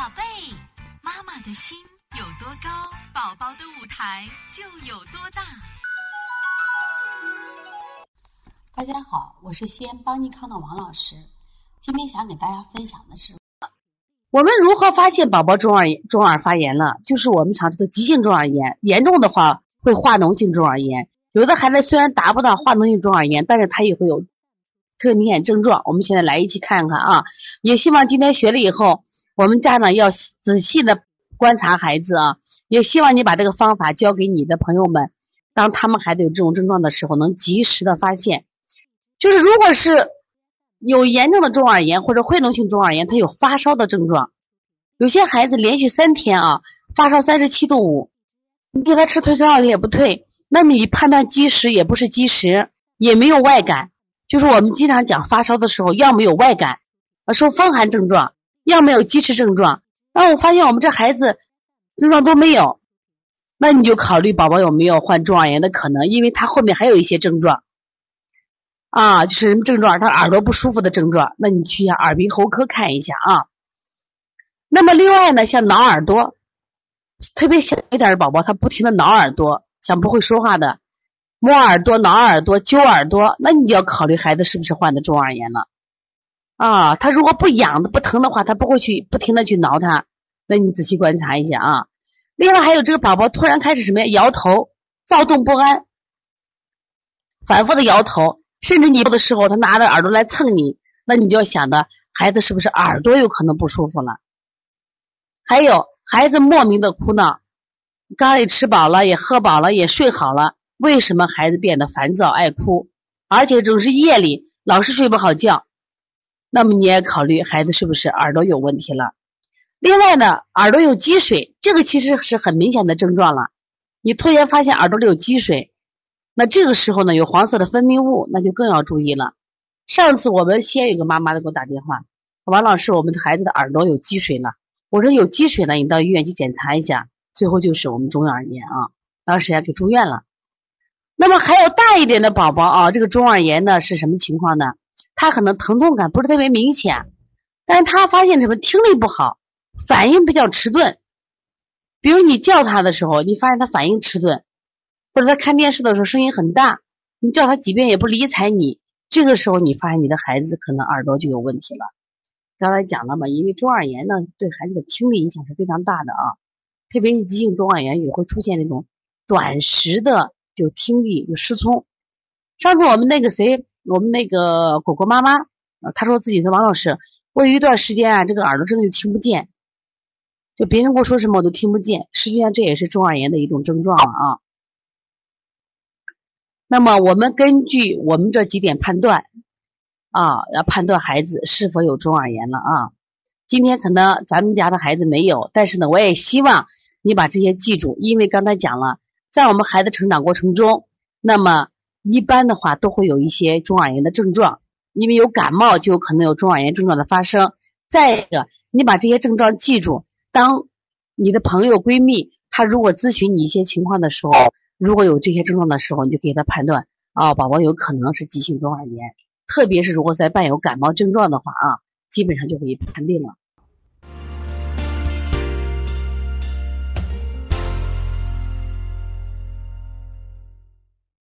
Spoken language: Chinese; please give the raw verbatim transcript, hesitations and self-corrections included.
贝，妈妈的心有多高，宝宝的舞台就有多大。 大家好，我是西安邦尼康的王老师。今天想给大家分享的是，我们如何发现宝宝中耳中耳发炎了？就是我们常说的急性中耳炎，严重的话会化脓性中耳炎。有的孩子虽然达不到化脓性中耳炎，但是他也会有特明显症状。我们现在来一起看看啊，也希望今天学了以后，我们家长要仔细的观察孩子啊，也希望你把这个方法教给你的朋友们，当他们孩子有这种症状的时候，能及时的发现。就是如果是有严重的中耳炎或者会脓性中耳炎，他有发烧的症状，有些孩子连续三天啊发烧三十七度五，你给他吃退烧药也不退，那么你判断积食也不是积食，也没有外感。就是我们经常讲发烧的时候，要么有外感受风寒症状，要么有积食症状。然后我发现我们这孩子症状都没有，那你就考虑宝宝有没有患中耳炎的可能，因为他后面还有一些症状啊，就是什么症状，他耳朵不舒服的症状，那你去一下耳鼻喉科看一下啊。那么另外呢，像挠耳朵，特别小一点的宝宝，他不停的挠耳朵，像不会说话的，摸耳朵、挠耳朵、揪耳朵，那你就要考虑孩子是不是患的中耳炎了啊。他如果不痒的不疼的话，他不会去不停的去挠他，那你仔细观察一下啊。另外还有这个宝宝突然开始什么呀，摇头、躁动不安，反复的摇头，甚至你有的时候他拿着耳朵来蹭你，那你就要想的孩子是不是耳朵有可能不舒服了。还有孩子莫名的哭闹，刚刚也吃饱了，也喝饱了，也睡好了，为什么孩子变得烦躁爱哭，而且总是夜里老是睡不好觉，那么你也考虑孩子是不是耳朵有问题了。另外呢，耳朵有积水，这个其实是很明显的症状了。你突然发现耳朵里有积水，那这个时候呢有黄色的分泌物，那就更要注意了。上次我们先有个妈妈给我打电话，王老师，我们的孩子的耳朵有积水了。我说有积水了，你到医院去检查一下，最后就是我们中耳炎啊，当时也给住院了。那么还有大一点的宝宝啊，这个中耳炎呢是什么情况呢？他可能疼痛感不是特别明显，但是他发现什么听力不好，反应比较迟钝。比如你叫他的时候，你发现他反应迟钝，或者他看电视的时候声音很大，你叫他几遍也不理睬你，这个时候你发现你的孩子可能耳朵就有问题了。刚才讲了嘛，因为中耳炎呢对孩子的听力影响是非常大的啊，特别是急性中耳炎也会出现那种短时的就听力就失聪。上次我们那个谁，我们那个果果妈妈，她说自己的王老师，我有一段时间啊，这个耳朵真的就听不见，就别人跟我说什么我都听不见，实际上这也是中耳炎的一种症状了啊。那么我们根据我们这几点判断啊，要判断孩子是否有中耳炎了啊。今天可能咱们家的孩子没有，但是呢我也希望你把这些记住，因为刚才讲了，在我们孩子成长过程中，那么一般的话都会有一些中耳炎的症状，因为有感冒就有可能有中耳炎症状的发生。再一个，你把这些症状记住，当你的朋友闺蜜她如果咨询你一些情况的时候，如果有这些症状的时候，你就给她判断啊，宝宝有可能是急性中耳炎，特别是如果在伴有感冒症状的话啊，基本上就可以判定了。